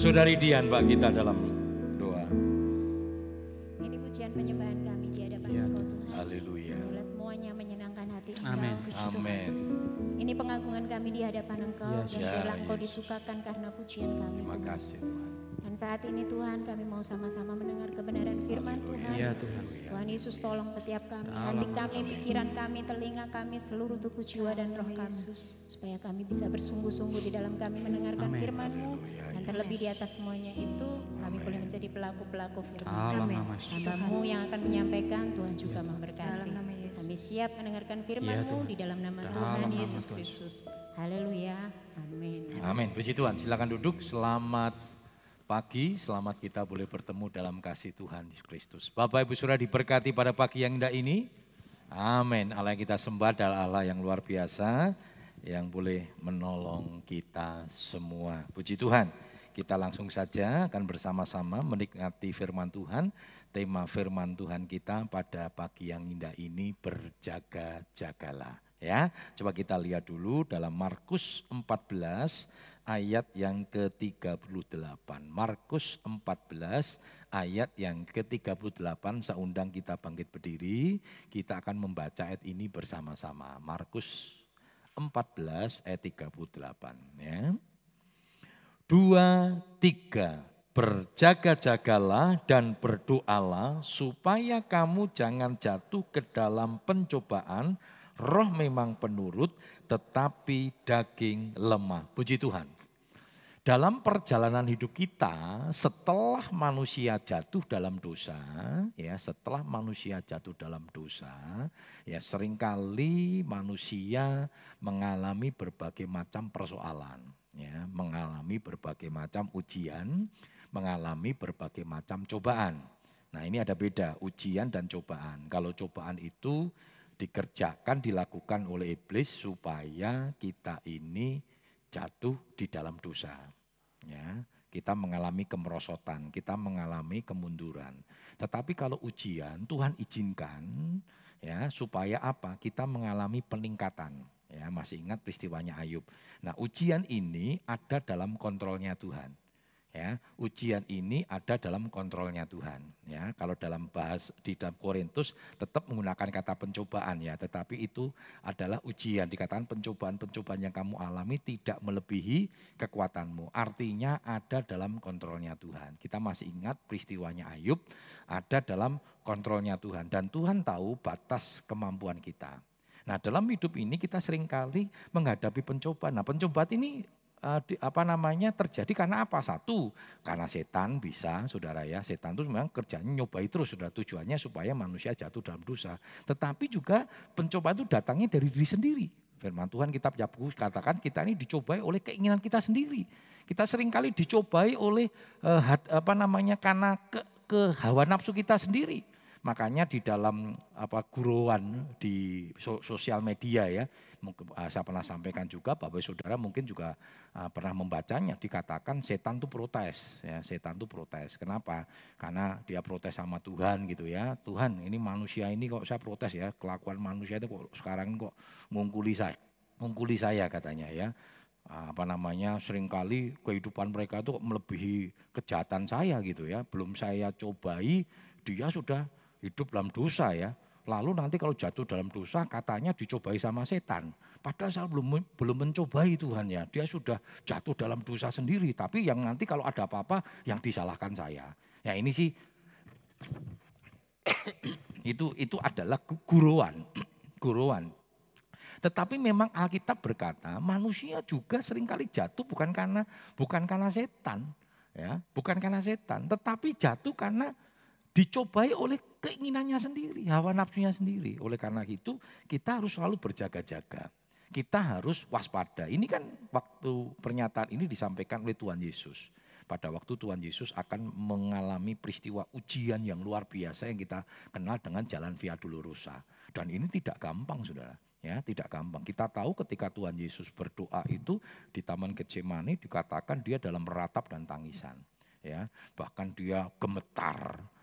Saudari Dian, Mbak, kita dalam doa. Ini pujian penyembahan kami di hadapan Ya, Engkau Tuhan. haleluya. Biarlah semuanya menyenangkan hati Engkau. Amin. Puji Tuhan. Amin. Ini pengagungan kami di hadapan Engkau Yes. dan Ya, biarlah Engkau Yesus. disukakan karena pujian kami. Terima Tuhan. kasih Tuhan. Dan saat ini Tuhan kami mau sama-sama mendengar kebenaran firman Tuhan. Ya Tuhan. Tuhan Yesus tolong setiap kami, Dalam hati kami, pikiran kami, telinga kami, seluruh tubuh jiwa dan roh kami. Supaya kami bisa bersungguh-sungguh di dalam kami mendengarkan Amin. firman-Mu. Dan terlebih di atas semuanya itu kami boleh menjadi pelaku-pelaku firman. Dalam Amin. nama Yesus. Hamba-Mu yang akan menyampaikan, Tuhan juga memberkati. Kami siap mendengarkan firman-Mu Tuhan. di dalam nama Dalam Tuhan nama Yesus Tuhan. Kristus. Haleluya. Amin. Amin. Puji Tuhan. Silakan duduk. Selamat pagi. Selamat kita boleh bertemu dalam kasih Tuhan Yesus Kristus. Bapak Ibu Saudara diberkati pada pagi yang indah ini. Amin. Allah yang kita sembah adalah Allah yang luar biasa yang boleh menolong kita semua. Puji Tuhan. Kita langsung saja akan bersama-sama menikmati firman Tuhan. Tema firman Tuhan kita pada pagi yang indah ini, berjaga-jagalah. Ya, coba kita lihat dulu dalam Markus 14 ayat yang ke-38. Markus 14 ayat yang ke-38, saya undang kita bangkit berdiri, kita akan membaca ayat ini bersama-sama. Markus 14 ayat 38 ya. 2, 3, berjaga-jagalah dan berdoalah supaya kamu jangan jatuh ke dalam pencobaan. Roh memang penurut tetapi daging lemah. Puji Tuhan. Dalam perjalanan hidup kita setelah manusia jatuh dalam dosa, ya setelah manusia jatuh dalam dosa, ya seringkali manusia mengalami berbagai macam persoalan, ya mengalami berbagai macam ujian, mengalami berbagai macam cobaan. Nah ini ada beda ujian dan cobaan. Kalau cobaan itu dikerjakan, dilakukan oleh iblis supaya kita ini jatuh di dalam dosa. Ya, kita mengalami kemerosotan, kita mengalami kemunduran. Tetapi kalau ujian Tuhan izinkan ya supaya apa? Kita mengalami peningkatan. Ya, masih ingat peristiwanya Ayub. Nah, ujian ini ada dalam kontrolnya Tuhan. Ya, ujian ini ada dalam kontrolnya Tuhan. Ya, kalau dalam di dalam Korintus tetap menggunakan kata pencobaan ya, tetapi itu adalah ujian. Dikatakan pencobaan-pencobaan yang kamu alami tidak melebihi kekuatanmu. Artinya ada dalam kontrolnya Tuhan. Kita masih ingat peristiwanya Ayub ada dalam kontrolnya Tuhan dan Tuhan tahu batas kemampuan kita. Nah, dalam hidup ini kita seringkali menghadapi pencobaan. Nah, pencobaan ini terjadi karena apa? Satu, karena setan bisa, saudara ya. Setan itu memang kerjanya nyobai terus, saudara. Tujuannya supaya manusia jatuh dalam dosa. Tetapi juga pencobaan itu datangnya dari diri sendiri. Firman Tuhan kitab Yakobus katakan kita ini dicobai oleh keinginan kita sendiri. Kita seringkali dicobai oleh karena ke hawa nafsu kita sendiri. Makanya di dalam guruan di sosial media ya, saya pernah sampaikan juga, Bapak Saudara mungkin juga pernah membacanya, dikatakan setan itu protes, ya setan itu protes. Kenapa? Karena dia protes sama Tuhan gitu ya. Tuhan ini manusia ini kok saya protes ya, kelakuan manusia itu kok sekarang kok ngungkuli saya katanya ya. Seringkali kehidupan mereka itu melebihi kejahatan saya gitu ya. Belum saya cobai, dia sudah hidup dalam dosa ya. Lalu nanti kalau jatuh dalam dosa katanya dicobai sama setan. Padahal saya belum mencobai Tuhan ya. Dia sudah jatuh dalam dosa sendiri. Tapi yang nanti kalau ada apa-apa yang disalahkan saya. Ya ini sih itu adalah guruan. Tetapi memang Alkitab berkata manusia juga seringkali jatuh bukan karena setan. Ya, bukan karena setan. Tetapi jatuh karena dicobai oleh keinginannya sendiri, hawa nafsunya sendiri. Oleh karena itu kita harus selalu berjaga-jaga. Kita harus waspada. Ini kan waktu pernyataan ini disampaikan oleh Tuhan Yesus. Pada waktu Tuhan Yesus akan mengalami peristiwa ujian yang luar biasa yang kita kenal dengan jalan Via Dolorosa. Dan ini tidak gampang saudara. Ya, tidak gampang. Kita tahu ketika Tuhan Yesus berdoa itu di Taman Getsemani dikatakan dia dalam meratap dan tangisan. Ya, bahkan dia gemetar.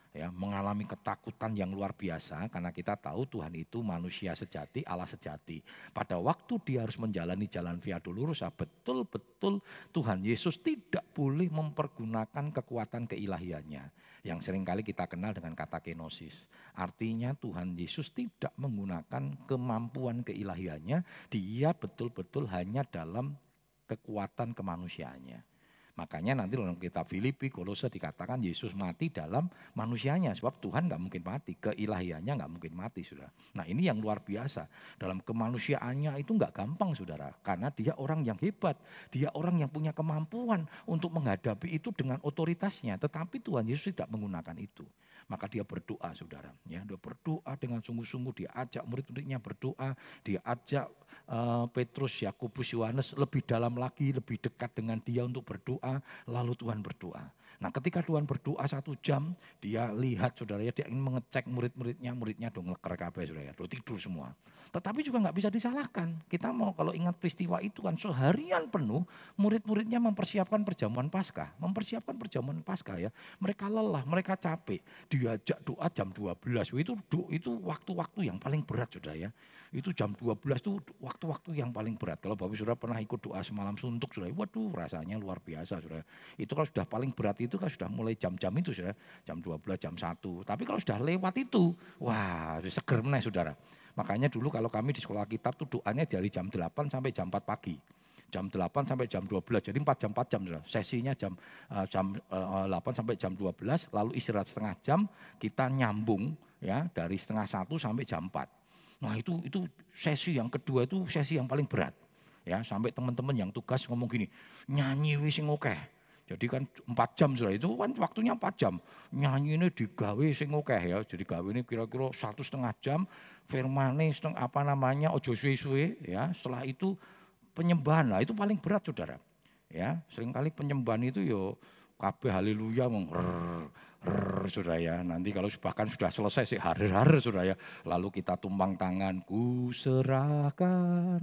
Ya, mengalami ketakutan yang luar biasa karena kita tahu Tuhan itu manusia sejati, Allah sejati. Pada waktu dia harus menjalani jalan Via Dolorosa, betul-betul Tuhan Yesus tidak boleh mempergunakan kekuatan keilahiannya. Yang seringkali kita kenal dengan kata kenosis. Artinya Tuhan Yesus tidak menggunakan kemampuan keilahiannya, dia betul-betul hanya dalam kekuatan kemanusiaannya. Makanya nanti dalam kitab Filipi, Kolose dikatakan Yesus mati dalam manusianya. Sebab Tuhan nggak mungkin mati, keilahiannya nggak mungkin mati, saudara. Nah ini yang luar biasa. Dalam kemanusiaannya itu nggak gampang, saudara. Karena dia orang yang hebat. Dia orang yang punya kemampuan untuk menghadapi itu dengan otoritasnya. Tetapi Tuhan Yesus tidak menggunakan itu. Maka dia berdoa, saudara. Ya, dia berdoa dengan sungguh-sungguh. Dia ajak murid-muridnya berdoa. Dia ajak Petrus, Yakobus, Yohanes lebih dalam lagi, lebih dekat dengan dia untuk berdoa. Lalu Tuhan berdoa. Nah ketika Tuhan berdoa 1 jam, dia lihat saudara ya, dia ingin mengecek muridnya dong leker kabeh saudara ya, tidur semua. Tetapi juga nggak bisa disalahkan. Kita mau kalau ingat peristiwa itu kan seharian penuh murid-muridnya mempersiapkan perjamuan Paskah. Mempersiapkan perjamuan Paskah ya. Mereka lelah, mereka capek. Diajak doa jam 12. Itu waktu-waktu yang paling berat saudara ya. Itu jam 12 itu waktu-waktu yang paling berat. Kalau Bapak Saudara pernah ikut doa semalam suntuk saudara, waduh rasanya luar biasa saudara. Itu kalau sudah paling berat itu kan sudah mulai jam-jam itu saudara, jam 12, jam 1. Tapi kalau sudah lewat itu, wah seger meneh saudara. Makanya dulu kalau kami di sekolah kitab tuh doanya dari jam 8 sampai jam 4 pagi. Jam 8 sampai jam 12, jadi 4 jam saudara. Sesinya jam 8 sampai jam 12, lalu istirahat setengah jam, kita nyambung ya dari setengah 1 sampai jam 4. Nah itu sesi yang kedua itu sesi yang paling berat. Ya, sampai teman-teman yang tugas ngomong gini, nyanyi wis sing akeh. Jadi kan 4 jam sudah itu kan waktunya 4 jam. Nyanyi ini digawe sing akeh ya. Jadi gawe ini kira-kira 1,5 jam. Firmane ojo suwe-suwe ya. Setelah itu penyembahan. Nah itu paling berat saudara. Ya, seringkali penyembahan itu yo kabeh haleluya saudara ya. Nanti kalau bahkan sudah selesai sih har saudara ya. Lalu kita tumpang tangan, ku serahkan.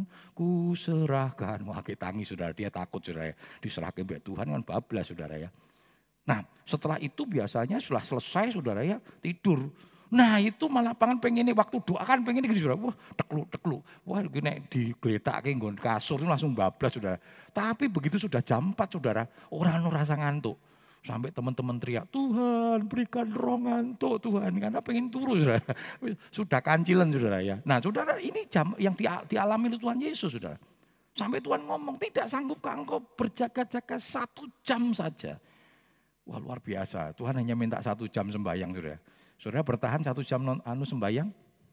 Wah kita tangis saudara, dia takut saudara ya. Diserahkan oleh Tuhan kan bablas saudara ya. Nah setelah itu biasanya sudah selesai saudara ya tidur. Nah itu malah pengen waktu doa kan pengen gini saudara. Wah tekluk. Wah gini digeletak nggon kasur itu langsung bablas saudara. Tapi begitu sudah jam 4 saudara, orang rasa ngantuk. Sampai teman-teman teriak, Tuhan berikan roh ngantuk Tuhan. Karena pengen turu saudara. Sudah kancilan saudara ya. Nah saudara ini jam yang dialami oleh Tuhan Yesus saudara. Sampai Tuhan ngomong, tidak sanggupkah engkau berjaga-jaga 1 jam saja. Wah luar biasa, Tuhan hanya minta 1 jam sembahyang saudara. Saudara bertahan 1 jam sembahyang.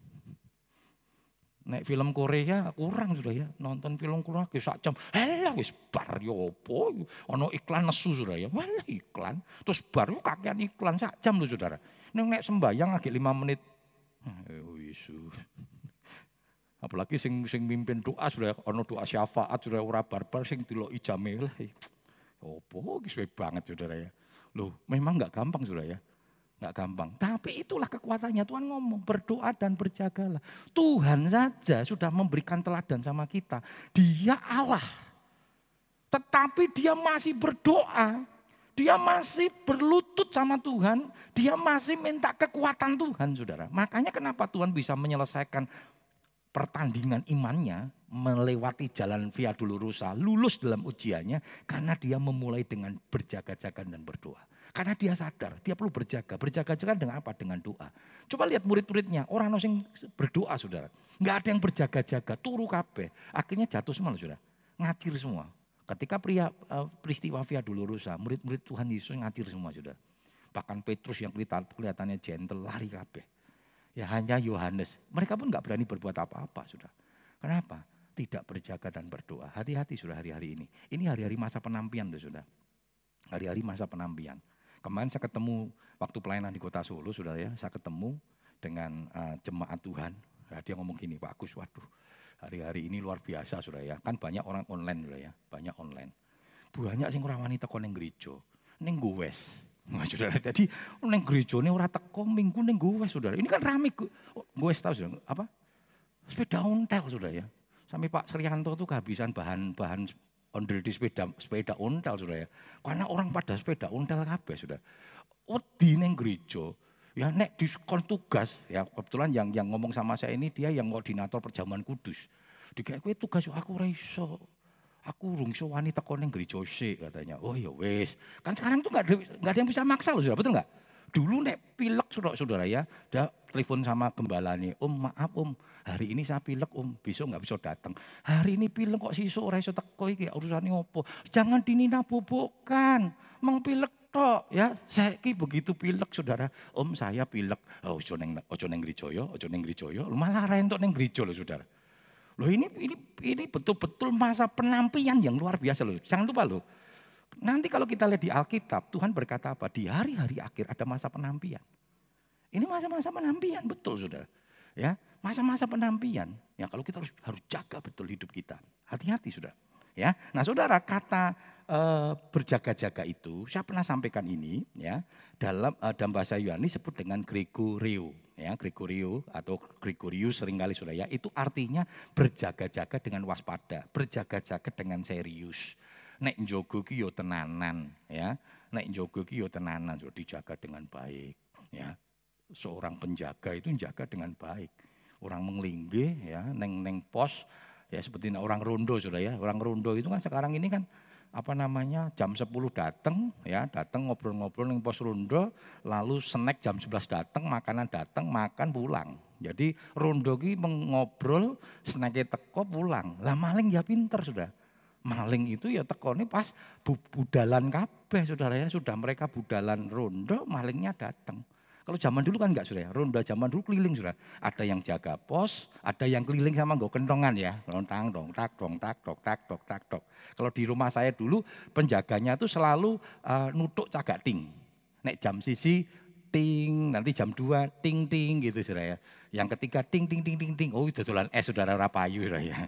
Nek film Korea kurang sudah ya, nonton film Korea ke 1 jam. Halah wis bar yo opo, ono iklan nesu saudara ya. Walah iklan, terus bar yo kakean iklan 1 jam lho saudara. Nek sembahyang agak 5 menit. Yesus. Apalagi sing mimpin doa sudah ono doa syafaat sudah ora barbar sing diloki jame lah. Opo wis banget saudara ya. Loh, memang enggak gampang saudara ya. Enggak gampang. Tapi itulah kekuatannya. Tuhan ngomong berdoa dan berjagalah. Tuhan saja sudah memberikan teladan sama kita. Dia Allah. Tetapi dia masih berdoa. Dia masih berlutut sama Tuhan. Dia masih minta kekuatan Tuhan saudara. Makanya kenapa Tuhan bisa menyelesaikan pertandingan imannya. Melewati jalan Via Dolorosa. Lulus dalam ujiannya. Karena dia memulai dengan berjaga-jaga dan berdoa. Karena dia sadar, dia perlu berjaga. Berjaga-jaga dengan apa? Dengan doa. Coba lihat murid-muridnya, orang yang berdoa saudara. Enggak ada yang berjaga-jaga, turu kabeh. Akhirnya jatuh semua loh saudara. Ngacir semua. Ketika peristiwa Via Dolorosa, murid-murid Tuhan Yesus ngacir semua saudara. Bahkan Petrus yang kelihatannya gentle, lari kabeh. Ya hanya Yohanes. Mereka pun enggak berani berbuat apa-apa saudara. Kenapa? Tidak berjaga dan berdoa. Hati-hati saudara hari-hari ini. Ini hari-hari masa penampian loh saudara. Hari-hari masa penampian. Kemarin saya ketemu waktu pelayanan di Kota Solo, saudara ya, saya ketemu dengan jemaat Tuhan. Ya, dia ngomong gini, Pak Agus, waduh, hari-hari ini luar biasa, saudara ya. Kan banyak orang online, saudara ya, banyak online. Banyak sing ora wani teko ning gereja, ning gowes. Nah, saudara, jadi ning gerejane ora teko minggu ning gowes, saudara. Ini kan rame gowes tahu saudara, apa? Sepeda ontel, saudara ya. Sampai Pak Srianto tuh kehabisan bahan ondel di sepeda ontel saudara ya. Karena orang pada sepeda ontel kabeh saudara. Wedi ning gereja. Ya nek diskon tugas, ya kebetulan yang ngomong sama saya ini dia yang koordinator perjamuan kudus. Dikae kowe tugas aku ora iso. Aku urung iso wani teko ning gereja sik katanya. Oh ya wis. Kan sekarang tuh enggak ada yang bisa maksa loh, Saudara, betul enggak? Dulu nek pilek saudara ya, udah telepon sama gembala nih, maaf hari ini saya pilek besok nggak bisa datang. Hari ini pilek kok sisuk ora iso teko iki urusane opo? Jangan dininabobokan, meng pilek tok ya. Saiki begitu pilek saudara, saya pilek, ojo neng gereja ya, ojo neng gereja ya, malah rentok neng gereja loh saudara. Loh ini betul-betul masa penampian yang luar biasa loh. Jangan lupa loh. Nanti kalau kita lihat di Alkitab, Tuhan berkata apa? Di hari-hari akhir ada masa penampian. Ini masa-masa penampian, betul saudara. Ya, masa-masa penampian. Ya, kalau kita harus jaga betul hidup kita. Hati-hati saudara. Ya, nah saudara, kata berjaga-jaga itu, saya pernah sampaikan ini, ya, dalam bahasa Yunani disebut dengan Gregorio. Ya, Gregorio atau Gregorius seringkali saudara ya, itu artinya berjaga-jaga dengan waspada, berjaga-jaga dengan serius. Nek njogo ki yo tenanan ya. Nek njogo ki yo tenanan, so dijaga dengan baik ya. Seorang penjaga itu menjaga dengan baik. Orang menglingge ya neng pos ya seperti orang rondo Saudara ya. Orang rondo itu kan sekarang ini kan jam 10 datang ya, datang ngobrol-ngobrol neng pos rondo, lalu snack jam 11 datang, makanan datang, makan pulang. Jadi rondo ki mengobrol, snacknya teko pulang. Lah maling ya pinter Saudara. Maling itu ya tekone pas budalan kabeh saudara ya. Sudah mereka budalan rondo, malingnya datang. Kalau zaman dulu kan enggak saudara ya. Rondo zaman dulu keliling saudara. Ada yang jaga pos, ada yang keliling sama nggo kentongan ya. Lontang dong, tak dong, tak dok, tak dok, tak dok. Kalau di rumah saya dulu penjaganya tuh selalu nutuk cagak ting. Nek jam sisi ting, nanti jam 2 ting ting gitu saudara ya. Yang ketiga ting ting ting ting ting. Oh dodolan saudara rapayu saudara ya.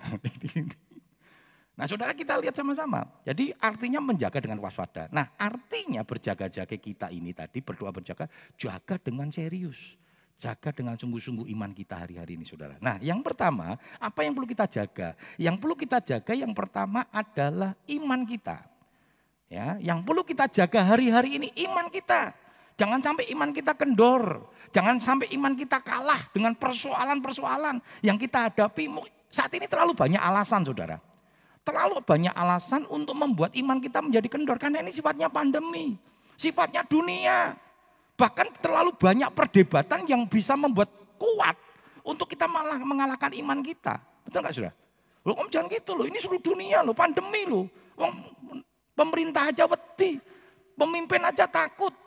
Nah saudara kita lihat sama-sama. Jadi artinya menjaga dengan waspada. Nah artinya berjaga-jaga kita ini tadi berdoa berjaga. Jaga dengan serius. Jaga dengan sungguh-sungguh iman kita hari-hari ini saudara. Nah yang pertama apa yang perlu kita jaga? Yang perlu kita jaga yang pertama adalah iman kita. Ya, yang perlu kita jaga hari-hari ini iman kita. Jangan sampai iman kita kendor. Jangan sampai iman kita kalah dengan persoalan-persoalan yang kita hadapi. Saat ini terlalu banyak alasan saudara. Terlalu banyak alasan untuk membuat iman kita menjadi kendor. Karena ini sifatnya pandemi. Sifatnya dunia. Bahkan terlalu banyak perdebatan yang bisa membuat kuat. Untuk kita malah mengalahkan iman kita. Betul gak saudara? Loh jangan gitu loh. Ini seluruh dunia loh. Pandemi loh. Pemerintah aja wedi. Pemimpin aja takut.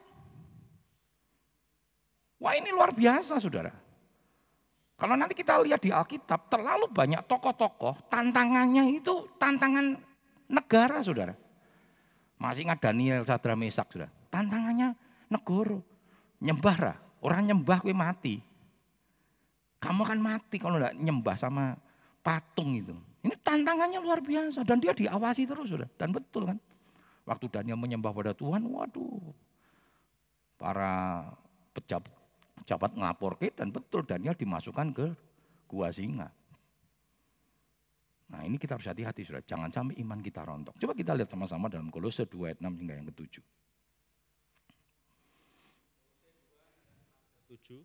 Wah ini luar biasa saudara. Kalau nanti kita lihat di Alkitab, terlalu banyak tokoh-tokoh, tantangannya itu tantangan negara, saudara. Masih ingat Daniel, Sadra, Mesak, saudara. Tantangannya negara, nyembah, orang nyembah kue mati. Kamu akan mati kalau enggak nyembah sama patung itu. Ini tantangannya luar biasa dan dia diawasi terus, saudara. Dan betul kan, waktu Daniel menyembah pada Tuhan, waduh, para pejabat ngelapor dan betul Daniel dimasukkan ke gua singa. Nah ini kita harus hati-hati saudara, jangan sampai iman kita rontok. Coba kita lihat sama-sama dalam Kolose 2 ayat 6 hingga yang ke-7. 7.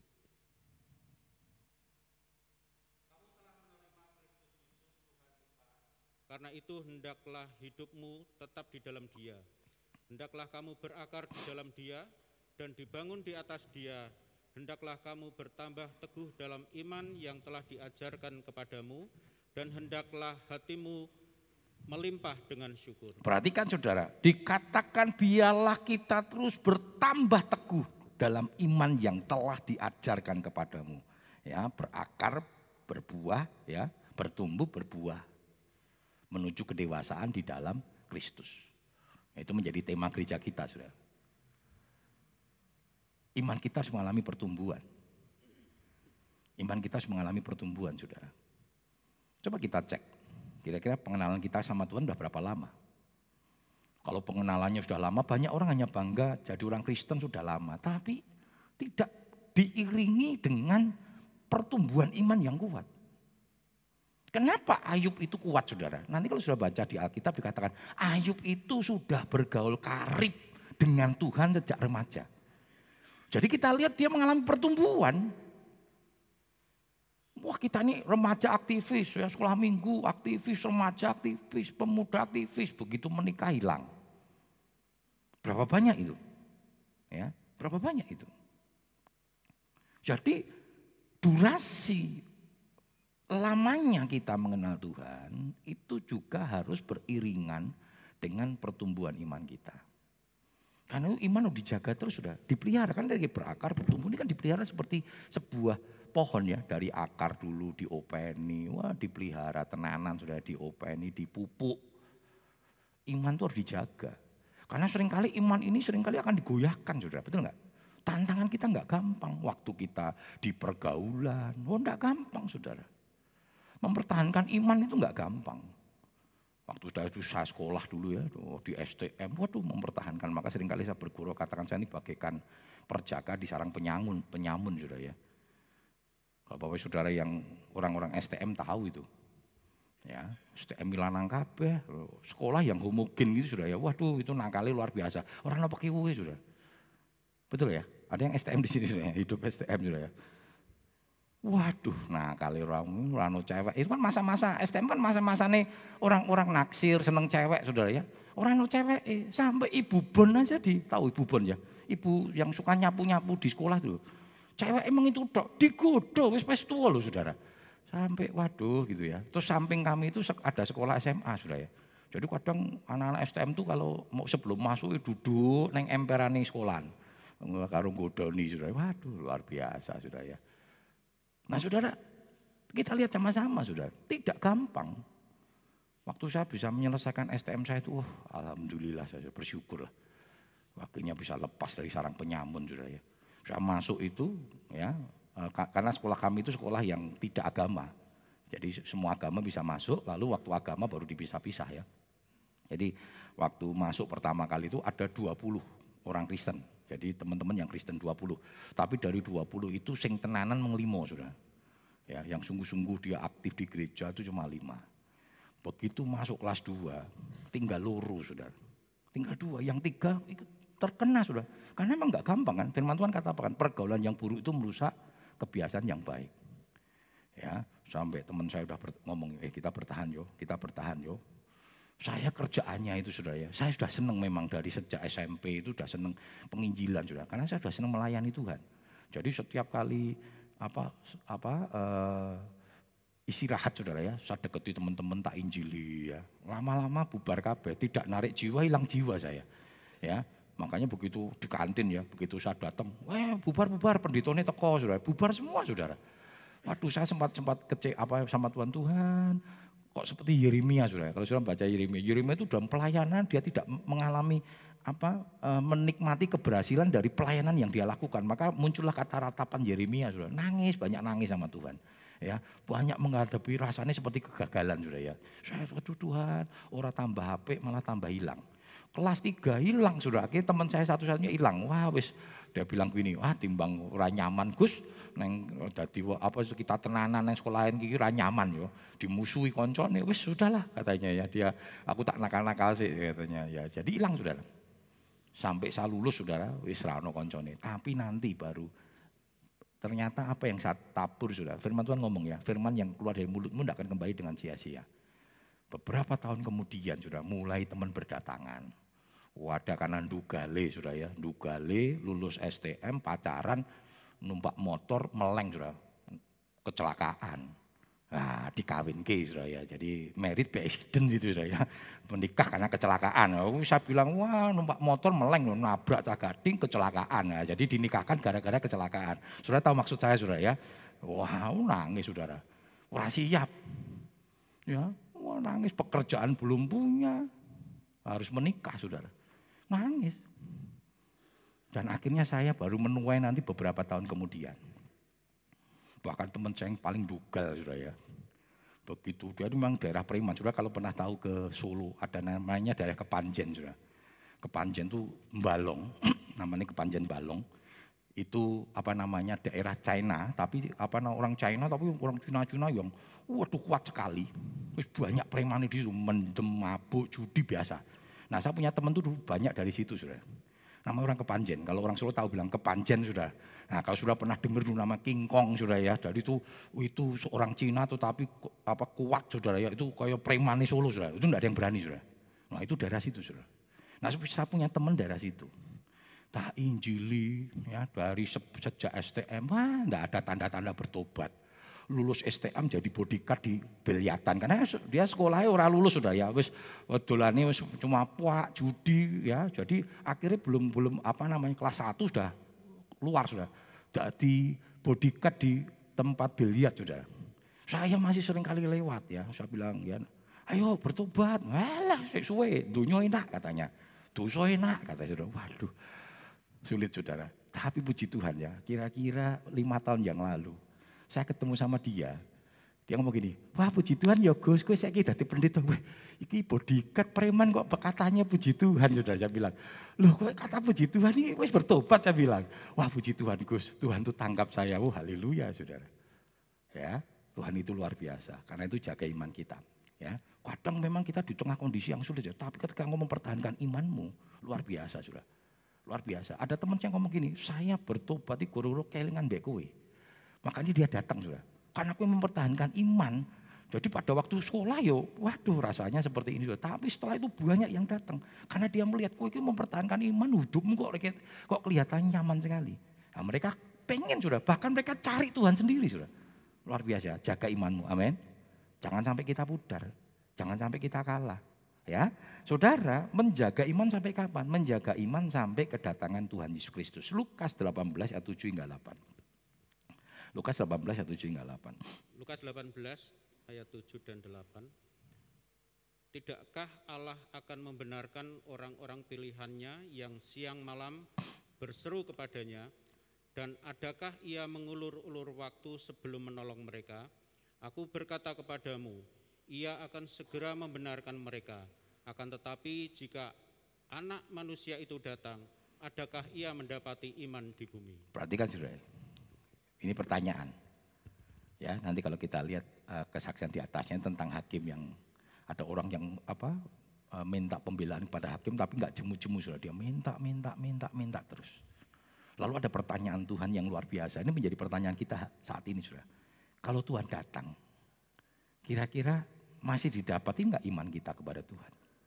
Karena itu hendaklah hidupmu tetap di dalam Dia. Hendaklah kamu berakar di dalam Dia dan dibangun di atas Dia. Hendaklah kamu bertambah teguh dalam iman yang telah diajarkan kepadamu, dan hendaklah hatimu melimpah dengan syukur. Perhatikan saudara, dikatakan biarlah kita terus bertambah teguh dalam iman yang telah diajarkan kepadamu. Ya, berakar, berbuah, ya, bertumbuh, berbuah. Menuju kedewasaan di dalam Kristus. Itu menjadi tema gereja kita saudara. Iman kita harus mengalami pertumbuhan. Iman kita harus mengalami pertumbuhan, saudara. Coba kita cek, kira-kira pengenalan kita sama Tuhan sudah berapa lama? Kalau pengenalannya sudah lama, banyak orang hanya bangga jadi orang Kristen sudah lama. Tapi tidak diiringi dengan pertumbuhan iman yang kuat. Kenapa Ayub itu kuat, saudara? Nanti kalau sudah baca di Alkitab dikatakan, Ayub itu sudah bergaul karib dengan Tuhan sejak remaja. Jadi kita lihat dia mengalami pertumbuhan. Wah kita ini remaja aktivis, ya sekolah minggu aktivis, remaja aktivis, pemuda aktivis, begitu menikah hilang. Berapa banyak itu? Ya, berapa banyak itu? Jadi durasi lamanya kita mengenal Tuhan itu juga harus beriringan dengan pertumbuhan iman kita. Karena iman udah dijaga terus sudah, dipelihara kan dari berakar bertumbuh ini kan dipelihara seperti sebuah pohon ya, dari akar dulu diopeni, wah dipelihara tenanan sudah diopeni, dipupuk. Iman itu harus dijaga. Karena seringkali iman ini seringkali akan digoyahkan saudara, betul enggak? Tantangan kita enggak gampang, waktu kita di pergaulan, enggak gampang saudara. Mempertahankan iman itu enggak gampang. Waktu saya sekolah dulu ya di STM, waduh mempertahankan. Maka seringkali saya bergurau katakan saya ini bagaikan perjaka di sarang penyamun sudah ya. Kalau bapak saudara yang orang-orang STM tahu itu, ya STM Milanang kabeh, sekolah yang homogen gitu sudah ya. Waduh itu nakali luar biasa. Orang apa kiwe sudah, betul ya. Ada yang STM di sini sudah ya, hidup STM sudah ya. Waduh, nah kali orang cewek itu kan masa-masa STM kan masa-masa nih orang-orang naksir seneng cewek saudara ya. Orang cewek sampai ibu bon aja tahu ibu bon ya. Ibu yang suka nyapu-nyapu di sekolah tuh. Cewek emang itu digoda wis tua loh saudara. Sampai waduh gitu ya. Terus samping kami itu ada sekolah SMA saudara ya. Jadi kadang anak-anak STM tuh kalau mau sebelum masuk duduk neng emperane sekolahan. Karo godoni saudara. Waduh luar biasa saudara ya. Nah saudara, kita lihat sama-sama saudara, tidak gampang. Waktu saya bisa menyelesaikan STM saya itu, alhamdulillah saya bersyukur lah. Waktunya bisa lepas dari sarang penyamun saudara ya. Saya masuk itu ya, karena sekolah kami itu sekolah yang tidak agama. Jadi semua agama bisa masuk, lalu waktu agama baru dipisah-pisah ya. Jadi waktu masuk pertama kali itu ada 20 orang Kristen. Jadi teman-teman yang Kristen 20. Tapi dari 20 itu sing tenanan mengelimo sudah. Ya, yang sungguh-sungguh dia aktif di gereja itu cuma 5. Begitu masuk kelas 2, tinggal loro sudah. Tinggal 2, yang 3 ikut terkena sudah. Karena emang enggak gampang kan. Firman Tuhan kata apa kan, pergaulan yang buruk itu merusak kebiasaan yang baik. Ya, sampai teman saya udah ngomong, kita bertahan yo. Saya kerjaannya itu saudara ya, saya sudah senang memang dari sejak SMP itu sudah senang penginjilan saudara, karena saya sudah senang melayani Tuhan. Jadi setiap kali istirahat saudara ya, saya deketi teman-teman tak injili ya, lama-lama bubar kabeh, tidak narik jiwa, hilang jiwa saya. Ya, makanya begitu di kantin ya, begitu saya datang, bubar pendetone teko saudara, bubar semua saudara. Waduh saya sempat kecek sama Tuhan. Kok seperti Yeremia saudara, kalau saudara baca Yeremia itu dalam pelayanan dia tidak mengalami menikmati keberhasilan dari pelayanan yang dia lakukan. Maka muncullah kata ratapan Yeremia saudara, banyak nangis sama Tuhan. Ya, banyak menghadapi rasanya seperti kegagalan saudara ya. Saya waduh Tuhan, orang tambah HP malah tambah hilang. Kelas 3 hilang saudara, akhirnya teman saya satu-satunya hilang. Wah wis, dia bilang gini, timbang ora nyaman Gus, neng dadi kita tenanan neng sekolahan iki ora nyaman yo, dimusuhi koncone, wis sudahlah katanya ya, dia aku tak nakal-nakal sih katanya ya. Jadi hilang saudara. Sampai saya lulus saudara, wis ra ono koncone. Tapi nanti baru ternyata apa yang saya tabur saudara. Firman Tuhan ngomong ya, firman yang keluar dari mulutmu tidak akan kembali dengan sia-sia. Beberapa tahun kemudian sudah mulai teman berdatangan. Wadah karena ndugale sudah ya, ndugale lulus STM pacaran numpak motor meleng sudah, kecelakaan. Nah dikawinke sudah ya, jadi married by accident gitu sudah ya, menikah karena kecelakaan. Saya bilang wah numpak motor meleng nabrak cah gading kecelakaan. Nah, jadi dinikahkan gara-gara kecelakaan. Saudara tahu maksud saya sudah ya, wah nangis saudara, ora siap. Ya, wah nangis pekerjaan belum punya, harus menikah saudara. Nangis. Dan akhirnya saya baru menuai nanti beberapa tahun kemudian. Bahkan teman saya yang paling dugal sudah ya. Begitu dia memang daerah Preman. Sudah kalau pernah tahu ke Solo ada namanya daerah Kepanjen sudah. Kepanjen itu Balong, namanya Kepanjen Balong. Itu daerah China, tapi orang China tapi orang Cina yang waduh kuat sekali. Banyak preman di situ, mendem, mabuk, judi biasa. Nah saya punya teman tuh banyak dari situ saudara. Nama orang Kepanjen. Kalau orang Solo tahu bilang Kepanjen sudah. Nah, kalau sudah pernah dengar nama King Kong sudah ya. Jadi itu seorang Cina tetapi kuat saudara ya. Itu kayak premani Solo sudah. Itu enggak ada yang berani sudah. Nah, itu daerah situ sudah. Nah, saya punya teman daerah situ. Tak injili ya dari sejak STM enggak ada tanda-tanda bertobat. Lulus STM jadi bodyguard di Beliatan karena dia sekolahnya orang lulus sudah ya wis dolane wis cuma puak judi ya jadi akhirnya belum kelas 1 sudah keluar sudah jadi bodyguard di tempat biliar sudah. Saya masih sering kali lewat ya saya bilang ya ayo bertobat walah suwe dunia enak katanya dosa enak kata saudara. Waduh sulit saudara tapi puji Tuhan ya kira-kira 5 tahun yang lalu saya ketemu sama dia ngomong gini, wah puji Tuhan ya Gus, gue saya dadi pendeta, iki bodyguard preman kok katanya puji Tuhan, sudah saya bilang, loh kok kata puji Tuhan ini wis bertobat saya bilang, wah puji Tuhan Gus, Tuhan tuh tangkap saya, haleluya saudara, ya Tuhan itu luar biasa, karena itu jaga iman kita, ya kadang memang kita di tengah kondisi yang sulit ya, tapi ketika ngomong mempertahankan imanmu luar biasa saudara, luar biasa. Ada teman yang ngomong gini, saya bertobat di guru kelingan mbek kowe. Makanya dia datang sudah. Karena aku mempertahankan iman. Jadi pada waktu sekolah yo, waduh rasanya seperti ini sudah. Tapi setelah itu banyak yang datang. Karena dia melihat kok ini mempertahankan iman, hidupmu kok kelihatan nyaman sekali. Nah, mereka pengen sudah. Bahkan mereka cari Tuhan sendiri sudah. Luar biasa. Jaga imanmu. Amin. Jangan sampai kita pudar. Jangan sampai kita kalah. Ya, saudara menjaga iman sampai kapan? Menjaga iman sampai kedatangan Tuhan Yesus Kristus. Lukas 18 ayat 7 hingga 8. Lukas 18 ayat 7 hingga 8. Lukas 18 ayat 7 dan 8. Tidakkah Allah akan membenarkan orang-orang pilihannya yang siang malam berseru kepadanya, dan adakah ia mengulur-ulur waktu sebelum menolong mereka? Aku berkata kepadamu, ia akan segera membenarkan mereka. Akan tetapi jika anak manusia itu datang, adakah ia mendapati iman di bumi? Perhatikan saudara. Ini pertanyaan, ya nanti kalau kita lihat kesaksian di atasnya tentang hakim yang ada orang yang minta pembelaan kepada hakim tapi nggak jemu-jemu sudah dia minta terus. Lalu ada pertanyaan Tuhan yang luar biasa. Ini menjadi pertanyaan kita saat ini sudah. Kalau Tuhan datang, kira-kira masih didapati nggak iman kita kepada Tuhan?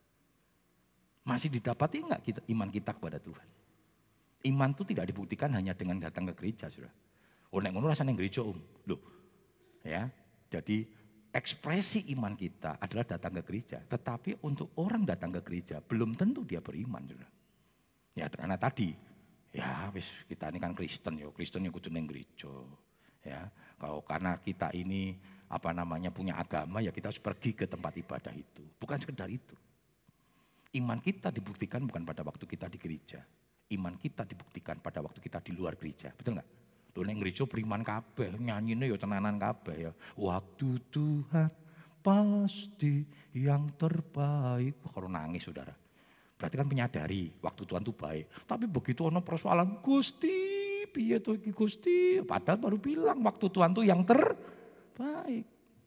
Masih didapati nggak iman kita kepada Tuhan? Iman itu tidak dibuktikan hanya dengan datang ke gereja sudah. Oh nek ngono rasane gereja loh. Ya. Jadi ekspresi iman kita adalah datang ke gereja, tetapi untuk orang datang ke gereja belum tentu dia beriman sudah. Ya karena tadi ya wis kita ini kan Kristen ya, Kristen yang kudu nang gereja. Ya, kalau karena kita ini punya agama ya kita harus pergi ke tempat ibadah itu. Bukan sekedar itu. Iman kita dibuktikan bukan pada waktu kita di gereja. Iman kita dibuktikan pada waktu kita di luar gereja. Betul enggak? Lho ning gereja beriman kabeh, nyanyine ya tenanan kabeh ya. Waktu Tuhan pasti yang terbaik. Wah, kalau nangis saudara. Berarti kan menyadari waktu Tuhan itu baik. Tapi begitu ono persoalan Gusti, piye to iki Gusti? Padahal baru bilang waktu Tuhan itu yang terbaik.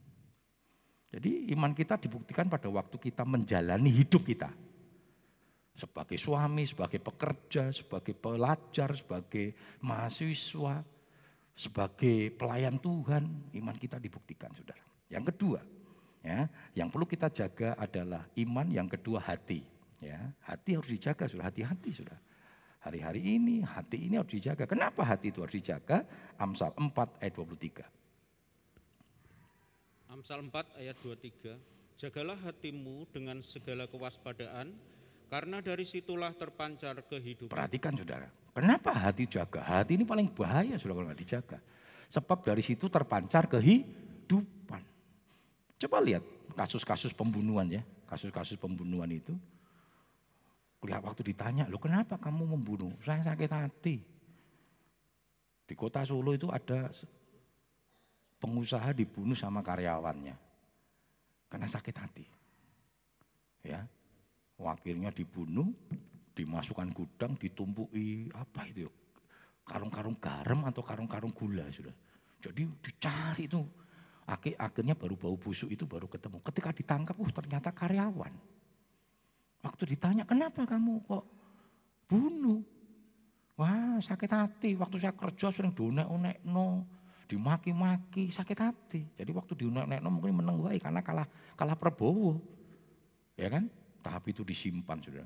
Jadi iman kita dibuktikan pada waktu kita menjalani hidup kita. Sebagai suami, sebagai pekerja, sebagai pelajar, sebagai mahasiswa, sebagai pelayan Tuhan, iman kita dibuktikan saudara. Yang kedua, ya, yang perlu kita jaga adalah iman, yang kedua hati. Ya, hati harus dijaga saudara, hati-hati saudara. Hari-hari ini hati ini harus dijaga. Kenapa hati itu harus dijaga? Amsal 4 ayat 23. Amsal 4 ayat 23. Jagalah hatimu dengan segala kewaspadaan, karena dari situlah terpancar kehidupan. Perhatikan saudara, kenapa hati jaga? Hati ini paling bahaya saudara kalau nggak dijaga. Sebab dari situ terpancar kehidupan. Coba lihat kasus-kasus pembunuhan ya, kasus-kasus pembunuhan itu. Lihat waktu ditanya, loh kenapa kamu membunuh? Saya sakit hati. Di kota Solo itu ada pengusaha dibunuh sama karyawannya karena sakit hati. Ya. Akhirnya dibunuh, dimasukkan gudang, ditumpuki apa itu ya? Karung-karung garam atau karung-karung gula sudah. Jadi dicari itu. Akhirnya baru bau busuk itu baru ketemu. Ketika ditangkap, ternyata karyawan. Waktu ditanya, kenapa kamu kok bunuh? sakit hati. Waktu saya kerja sering dionek-onekno, dimaki-maki, sakit hati. Jadi waktu dionek-onekno mungkin menang wae karena kalah Prabowo. Ya kan? Tapi itu disimpan sudah.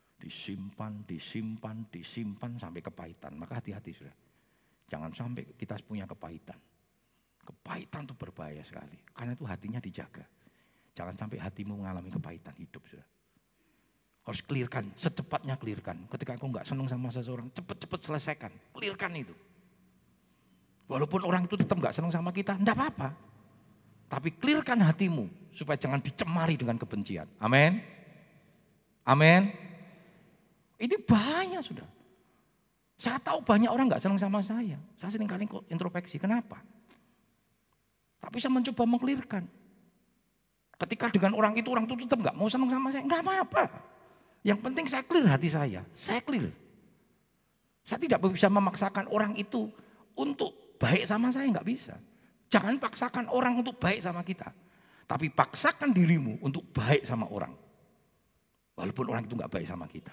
Disimpan sampai kepahitan. Maka hati-hati sudah. Jangan sampai kita punya kepahitan. Kepahitan itu berbahaya sekali. Karena itu hatinya dijaga. Jangan sampai hatimu mengalami kepahitan hidup sudah. Harus clearkan, secepatnya clearkan. Ketika aku nggak senang sama seseorang, cepet-cepet selesaikan. Clearkan itu. Walaupun orang itu tetap nggak senang sama kita, enggak apa-apa. Tapi clearkan hatimu supaya jangan dicemari dengan kebencian. Amin. Amin. Ini bahaya sudah. Saya tahu banyak orang nggak senang sama saya. Saya sering kali introspeksi. Kenapa? Tapi saya mencoba mengclearkan. Ketika dengan orang itu tetap nggak mau senang sama saya, nggak apa-apa. Yang penting saya clear hati saya clear. Saya tidak bisa memaksakan orang itu untuk baik sama saya, nggak bisa. Jangan paksakan orang untuk baik sama kita. Tapi paksakan dirimu untuk baik sama orang. Walaupun orang itu nggak baik sama kita.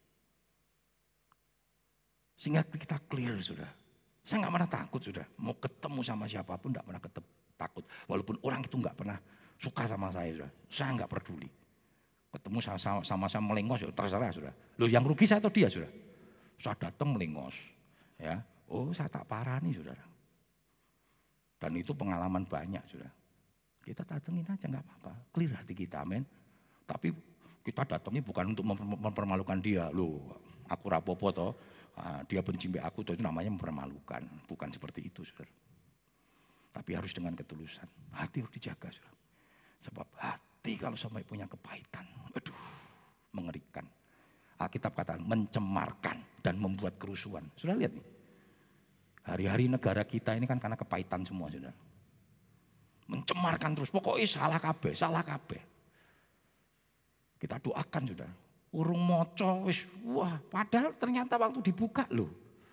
Sehingga kita clear sudah. Saya nggak pernah takut sudah. Mau ketemu sama siapapun nggak pernah takut. Walaupun orang itu nggak pernah suka sama saya sudah. Saya nggak peduli. Ketemu sama-sama melengos, ya terserah sudah. Loh yang rugi saya atau dia sudah? Saya datang melengos. Ya. Oh saya tak parani saudara. Dan itu pengalaman banyak sudah. Kita datengin aja nggak apa-apa. Clear hati kita, amin. Tapi kita datangnya bukan untuk mempermalukan dia. Loh aku rapopo toh. Dia benci aku toh, itu namanya mempermalukan. Bukan seperti itu saudara. Tapi harus dengan ketulusan. Hati harus dijaga saudara. Sebab hati kalau sampai punya kepahitan, aduh, mengerikan. Alkitab katakan mencemarkan dan membuat kerusuhan. Sudah lihat nih, hari-hari negara kita ini kan karena kepahitan semua, sudah. Mencemarkan terus, pokoknya salah kabeh. Kita doakan, sudah. Urung moco, wis, wah, padahal ternyata waktu dibuka loh.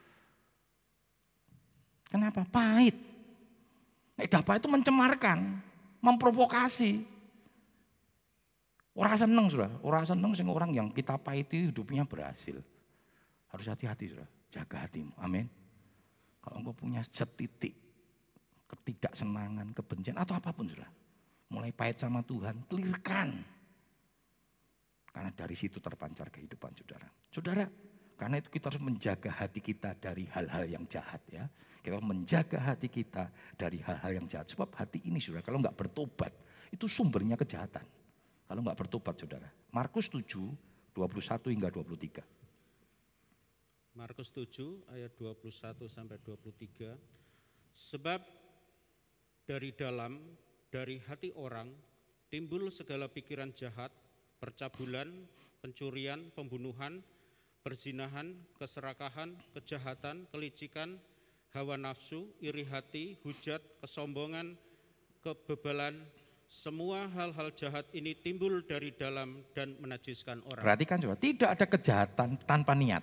Kenapa? Pahit. Dapat itu mencemarkan, memprovokasi. Orang seneng sudah, orang seneng sing orang yang kita pahiti hidupnya berhasil. Harus hati-hati sudah, jaga hatimu, amin. Kalau engkau punya setitik ketidaksenangan, kebencian atau apapun sudah, mulai pahit sama Tuhan, clearkan. Karena dari situ terpancar kehidupan saudara. Saudara, karena itu kita harus menjaga hati kita dari hal-hal yang jahat ya. Kita harus menjaga hati kita dari hal-hal yang jahat. Sebab hati ini saudara, kalau enggak bertobat, itu sumbernya kejahatan. Kalau enggak bertobat saudara. Markus 7, 21 hingga 23. Markus 7 ayat 21 sampai 23. Sebab dari hati orang timbul segala pikiran jahat, percabulan, pencurian, pembunuhan, perzinahan, keserakahan, kejahatan, kelicikan, hawa nafsu, iri hati, hujat, kesombongan, kebebalan. Semua hal-hal jahat ini timbul dari dalam dan menajiskan orang. Perhatikan coba, tidak ada kejahatan tanpa niat.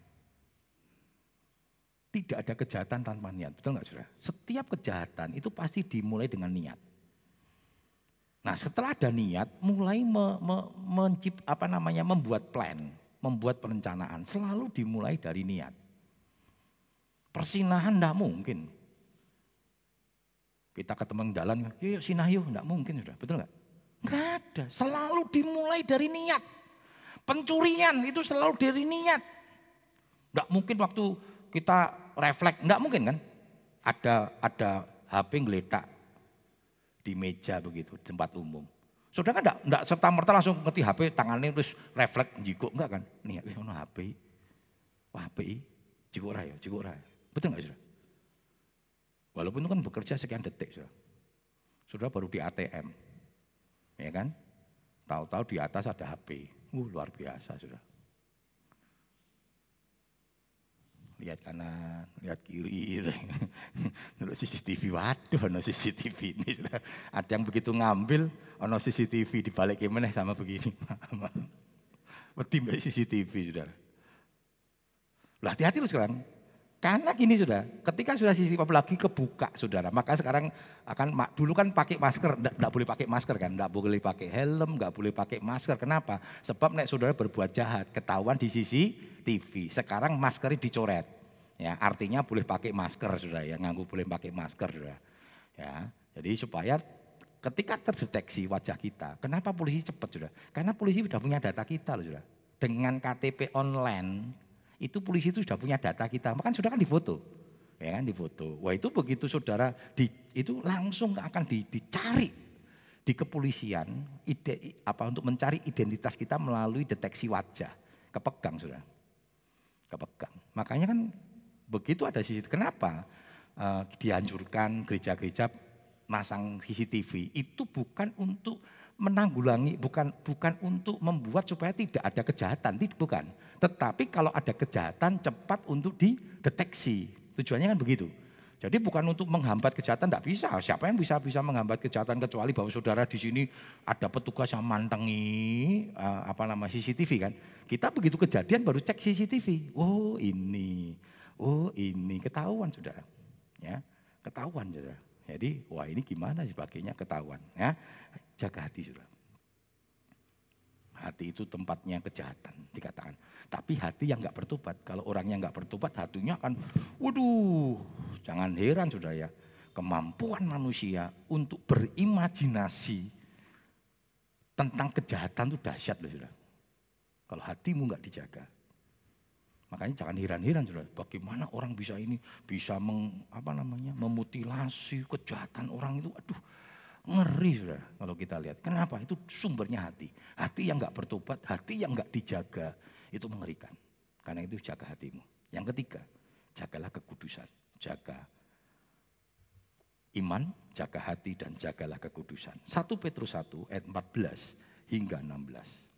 Tidak ada kejahatan tanpa niat, betul nggak saudara? Setiap kejahatan itu pasti dimulai dengan niat. Nah setelah ada niat, mulai membuat plan, membuat perencanaan, selalu dimulai dari niat. Persinahan enggak mungkin. Kita ketemu jalan, yuk sinah yuk, enggak mungkin sudah, betul enggak? Enggak ada, selalu dimulai dari niat. Pencurian itu selalu dari niat. Enggak mungkin waktu kita refleks, enggak mungkin kan? Ada HP ngeletak di meja begitu, di tempat umum. Saudara kan enggak serta-merta langsung ngerti HP tangannya terus refleks jiko, enggak kan? Nih, ono HP. Wah, HP jiko ora ya, jiko ora. Betul enggak, Saudara? Walaupun itu kan bekerja sekian detik, Saudara. Saudara baru di ATM. Ya kan? Tahu-tahu di atas ada HP. Luar biasa, Saudara. Lihat kanan, lihat kiri, dulu CCTV, waduh ono CCTV ini sudah. Ada yang begitu ngambil, ono CCTV dibalik gimana sama begini. Wedi mbak CCTV saudara. Lah hati-hati lu sekarang, karena gini sudah, ketika sudah CCTV lagi kebuka saudara, maka sekarang dulu kan pakai masker, enggak boleh pakai masker kan, enggak boleh pakai helm, enggak boleh pakai masker. Kenapa? Sebab nek saudara berbuat jahat, ketahuan di CCTV. Sekarang maskernya dicoret, Ya, artinya boleh pakai masker sudah ya, nganggu boleh pakai masker sudah. Ya, jadi supaya ketika terdeteksi wajah kita, kenapa polisi cepat sudah? Karena polisi sudah punya data kita loh sudah. Dengan KTP online itu polisi itu sudah punya data kita, makanya sudah kan difoto, ya kan difoto. Wah itu begitu saudara itu langsung akan dicari di kepolisian, untuk mencari identitas kita melalui deteksi wajah, kepegang sudah, kepegang. Makanya kan begitu ada CCTV. Kenapa dianjurkan gereja-gereja masang CCTV? Itu bukan untuk menanggulangi, bukan untuk membuat supaya tidak ada kejahatan, bukan. Tetapi kalau ada kejahatan cepat untuk dideteksi. Tujuannya kan begitu. Jadi bukan untuk menghambat kejahatan, tidak bisa. Siapa yang bisa menghambat kejahatan kecuali bahwa saudara di sini ada petugas yang mantengi CCTV kan. Kita begitu kejadian baru cek CCTV. Oh ini ketahuan saudara. Ya, ketahuan saudara. Jadi wah ini gimana sebagainya ketahuan. Ya, jaga hati saudara. Hati itu tempatnya kejahatan dikatakan. Tapi hati yang nggak bertobat, kalau orang yang nggak bertobat hatinya akan, waduh, jangan heran saudara ya. Kemampuan manusia untuk berimajinasi tentang kejahatan itu dahsyat loh saudara. Kalau hatimu nggak dijaga. Makanya jangan heran-heran saudara, bagaimana orang bisa memutilasi kejahatan orang itu, aduh. Ngeri saudara kalau kita lihat. Kenapa? Itu sumbernya hati. Hati yang gak bertobat, hati yang gak dijaga, itu mengerikan. Karena itu jaga hatimu. Yang ketiga, jagalah kekudusan. Jaga iman, jaga hati, dan jagalah kekudusan. 1 Petrus 1 ayat 14 hingga 16.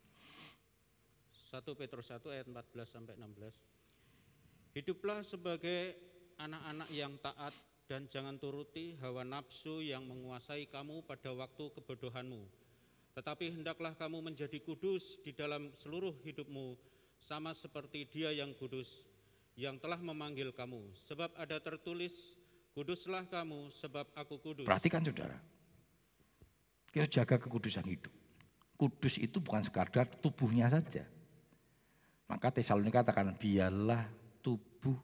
1 Petrus 1 ayat 14 sampai 16. Hiduplah sebagai anak-anak yang taat, dan jangan turuti hawa nafsu yang menguasai kamu pada waktu kebodohanmu. Tetapi hendaklah kamu menjadi kudus di dalam seluruh hidupmu, sama seperti Dia yang kudus, yang telah memanggil kamu. Sebab ada tertulis, kuduslah kamu sebab aku kudus. Perhatikan saudara, kita jaga kekudusan hidup. Kudus itu bukan sekadar tubuhnya saja. Maka Tesalonika katakan, biarlah tubuh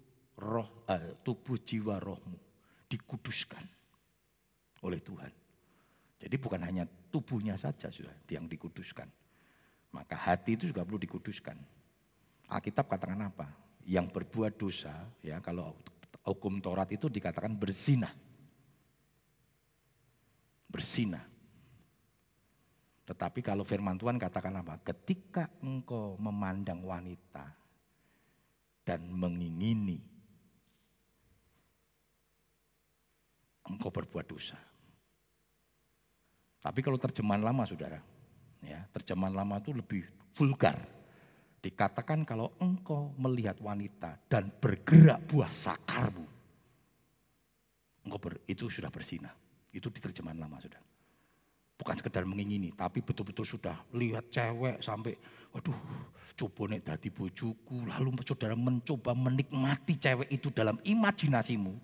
jiwa rohmu dikuduskan oleh Tuhan. Jadi bukan hanya tubuhnya saja sudah yang dikuduskan. Maka hati itu juga perlu dikuduskan. Alkitab katakan apa? Yang berbuat dosa, ya kalau hukum Taurat itu dikatakan berzinah. Berzinah. Tetapi kalau firman Tuhan katakan apa? Ketika engkau memandang wanita dan mengingini, engkau berbuat dosa. Tapi kalau terjemahan lama saudara, ya terjemahan lama itu lebih vulgar. Dikatakan kalau engkau melihat wanita dan bergerak buah sakarmu, itu sudah berzinah. Itu di terjemahan lama saudara. Bukan sekedar mengingini, tapi betul-betul sudah lihat cewek sampai, waduh, coba nek dadi bojoku, lalu saudara mencoba menikmati cewek itu dalam imajinasimu.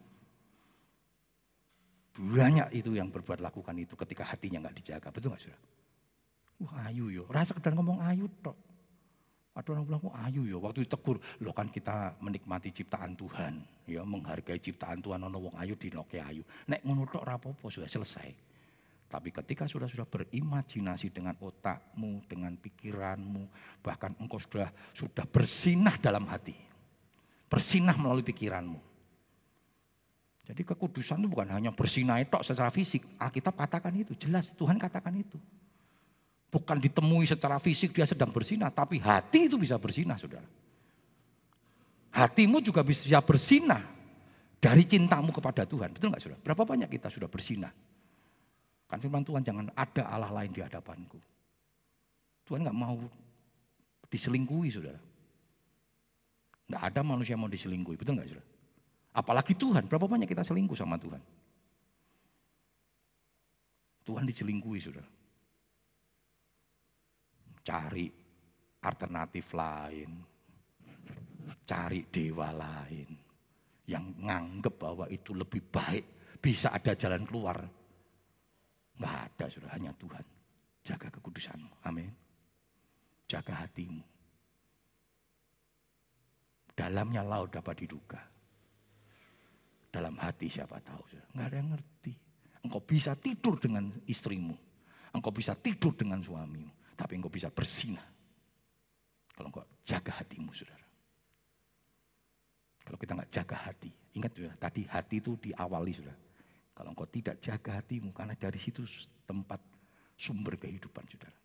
Banyak itu yang berbuat lakukan itu ketika hatinya nggak dijaga, betul nggak saudara? Wah ayu yo, rasa sekedar ngomong ayu tok. Ada orang bilang, wah ayu yo, waktu ditegur, lo kan kita menikmati ciptaan Tuhan, ya menghargai ciptaan Tuhan, ono wong ayu dinoke ayu. Nek ngono tok ora apa-apa, sudah selesai. Tapi ketika sudah berimajinasi dengan otakmu, dengan pikiranmu, bahkan engkau sudah bersinah dalam hati, bersinah melalui pikiranmu. Jadi kekudusan itu bukan hanya bersinah tok secara fisik. Alkitab katakan itu, jelas Tuhan katakan itu. Bukan ditemui secara fisik dia sedang bersinah, tapi hati itu bisa bersinah saudara. Hatimu juga bisa bersinah dari cintamu kepada Tuhan. Betul nggak saudara? Berapa banyak kita sudah bersinah? Kan firman Tuhan, jangan ada Allah lain di hadapanku. Tuhan nggak mau diselingkuhi saudara. Nggak ada manusia yang mau diselingkuhi, betul nggak saudara? Apalagi Tuhan, berapa banyak kita selingkuh sama Tuhan? Tuhan diselingkuhi saudara. Cari alternatif lain, cari dewa lain yang nganggep bahwa itu lebih baik, bisa ada jalan keluar. Nggak ada saudara, hanya Tuhan. Jaga kekudusanmu, amin. Jaga hatimu. Dalamnya laut dapat diduga. dalam hati siapa tahu. Nggak ada yang ngerti. Engkau bisa tidur dengan istrimu. Engkau bisa tidur dengan suamimu. Tapi engkau bisa bersinah. Kalau engkau jaga hatimu, saudara. Kalau kita nggak jaga hati. Ingat saudara, tadi hati itu diawali, saudara. Kalau engkau tidak jaga hatimu, karena dari situ tempat sumber kehidupan, saudara.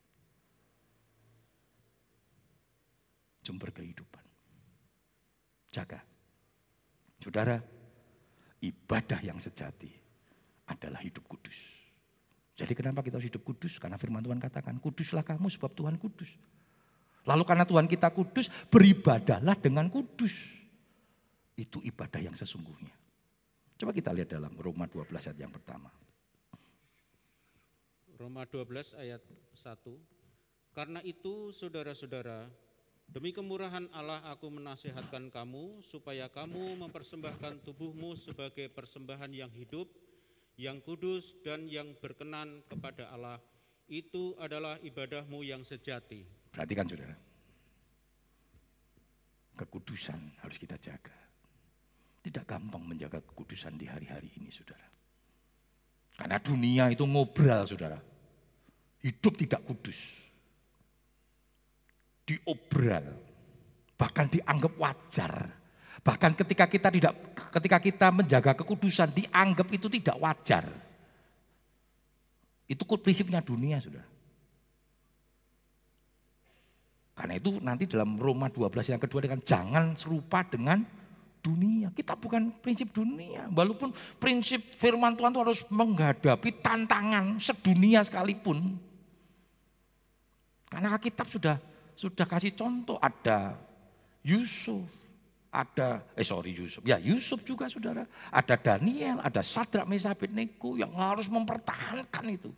Sumber kehidupan. Jaga. Saudara, ibadah yang sejati adalah hidup kudus. Jadi kenapa kita harus hidup kudus? Karena firman Tuhan katakan, kuduslah kamu sebab Tuhan kudus. Lalu karena Tuhan kita kudus, beribadahlah dengan kudus. Itu ibadah yang sesungguhnya. Coba kita lihat dalam Roma 12 ayat yang pertama. Roma 12 ayat 1. Karena itu saudara-saudara, demi kemurahan Allah aku menasihatkan kamu supaya kamu mempersembahkan tubuhmu sebagai persembahan yang hidup, yang kudus dan yang berkenan kepada Allah. Itu adalah ibadahmu yang sejati. Perhatikan saudara. Kekudusan harus kita jaga. Tidak gampang menjaga kekudusan di hari-hari ini, saudara. Karena dunia itu ngobrol, saudara. Hidup tidak kudus. Diobral. Bahkan dianggap wajar. Bahkan ketika kita menjaga kekudusan dianggap itu tidak wajar. Itu prinsipnya dunia, saudara. Karena itu nanti dalam Roma 12 yang kedua dengan jangan serupa dengan dunia. Kita bukan prinsip dunia. Walaupun prinsip firman Tuhan itu harus menghadapi tantangan sedunia sekalipun. Karena Alkitab sudah kasih contoh, ada Yusuf. Yusuf juga saudara. Ada Daniel, ada Sadrak, Mesak, Abednego yang harus mempertahankan itu.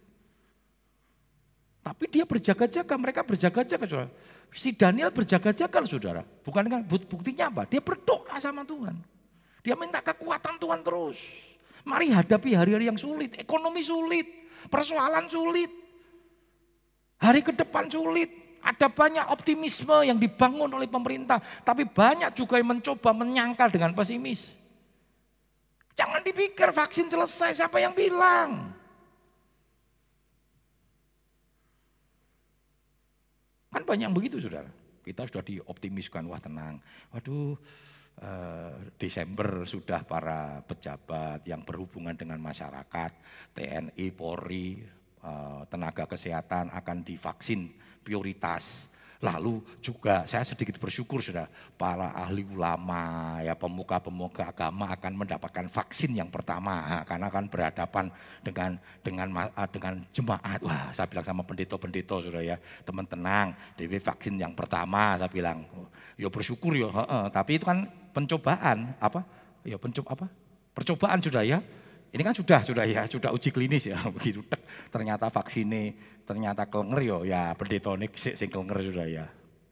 Tapi dia berjaga-jaga, mereka berjaga-jaga saudara. Si Daniel berjaga-jaga saudara. Bukan dengan buktinya apa? Dia berdoa sama Tuhan. Dia minta kekuatan Tuhan terus. Mari hadapi hari-hari yang sulit, ekonomi sulit, persoalan sulit. Hari ke depan sulit. Ada banyak optimisme yang dibangun oleh pemerintah. Tapi banyak juga yang mencoba menyangkal dengan pesimis. Jangan dipikir vaksin selesai, siapa yang bilang? Kan banyak yang begitu saudara. Kita sudah dioptimiskan, wah tenang. Waduh, Desember sudah para pejabat yang berhubungan dengan masyarakat, TNI, Polri, tenaga kesehatan akan divaksin prioritas. Lalu juga saya sedikit bersyukur sudah para ahli ulama, ya pemuka-pemuka agama akan mendapatkan vaksin yang pertama karena akan berhadapan dengan jemaat. Wah, saya bilang sama pendeta-pendeta sudah ya, teman tenang, dewe vaksin yang pertama saya bilang. Ya bersyukur ya, tapi itu kan pencobaan percobaan sudah ya. Ini kan sudah uji klinis ya, begitu ternyata vaksinnya ternyata kelenger ya pendeta ini sing kelenger sudah ya.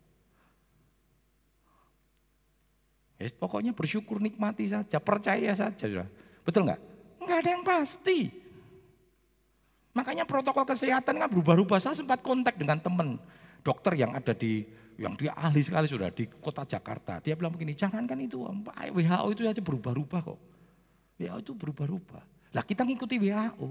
Pokoknya bersyukur, nikmati saja, percaya saja sudah. Betul nggak? Nggak ada yang pasti. Makanya protokol kesehatan kan berubah-ubah. Saya sempat kontak dengan teman dokter yang ada yang dia ahli sekali sudah di kota Jakarta. Dia bilang begini, jangankan itu, WHO itu aja berubah-ubah kok. WHO itu berubah-ubah. Lah kita ngikuti WHO.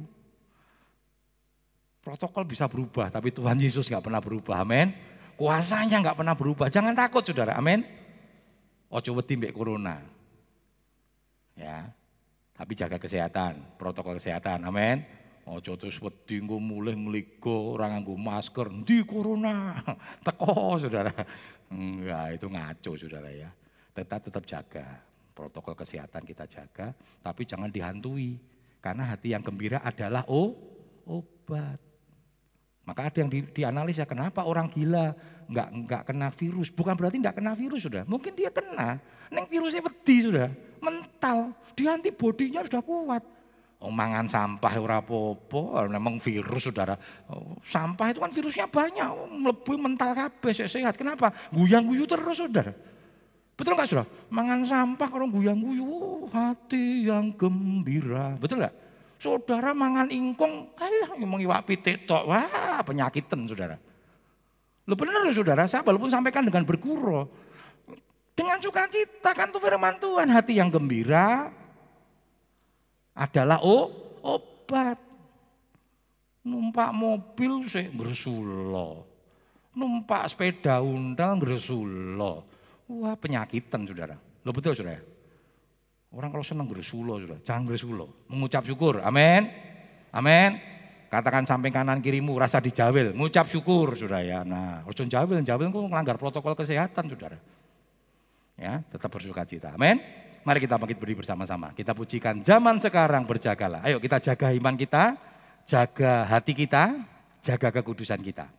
Protokol bisa berubah, tapi Tuhan Yesus nggak pernah berubah, amin. Kuasanya nggak pernah berubah. Jangan takut saudara, amin. Ojo wedi mbek corona. Ya. Tapi jaga kesehatan, protokol kesehatan, amin. Ojo terus wedi nggo mulih ngligo ora nganggo masker, ndi corona. Teko saudara. Enggak, itu ngaco saudara ya. Tetap jaga. Protokol kesehatan kita jaga, tapi jangan dihantui. Karena hati yang gembira adalah obat. Maka ada yang dianalisa, kenapa orang gila nggak kena virus? Bukan berarti nggak kena virus sudah. Mungkin dia kena, neng virusnya wedi sudah, mental. Dia antibodinya sudah kuat. Mangan sampah ora apa-apa, memang virus saudara. Sampah itu kan virusnya banyak, mlebu mental kabeh sehat. Kenapa? Guyang-guyu terus saudara. Betul nggak saudara? Mangan sampah orang guyang-guyu, hati yang gembira. Betul nggak? Saudara mangan ingkung, alah ngomong iwak pitik tok, wah penyakitan saudara. Lo bener loh saudara, saya walaupun sampaikan dengan bergurau. Dengan sukacita kan tuh firman Tuhan, hati yang gembira adalah obat. Numpak mobil sik ngresula. Numpak sepeda untal ngresula. Wah, penyakitan Saudara. Loh betul Saudara? Orang kalau senang ngresula Saudara, jangan ngresula. Mengucap syukur. Amin. Amin. Katakan samping kanan kirimu rasa dijawil, ngucap syukur Saudara ya. Nah, ojo jawil kok melanggar protokol kesehatan Saudara. Ya, tetap bersukacita. Amin. Mari kita bangkit berdiri bersama-sama. Kita pujikan zaman sekarang berjagalah. Ayo kita jaga iman kita, jaga hati kita, jaga kekudusan kita.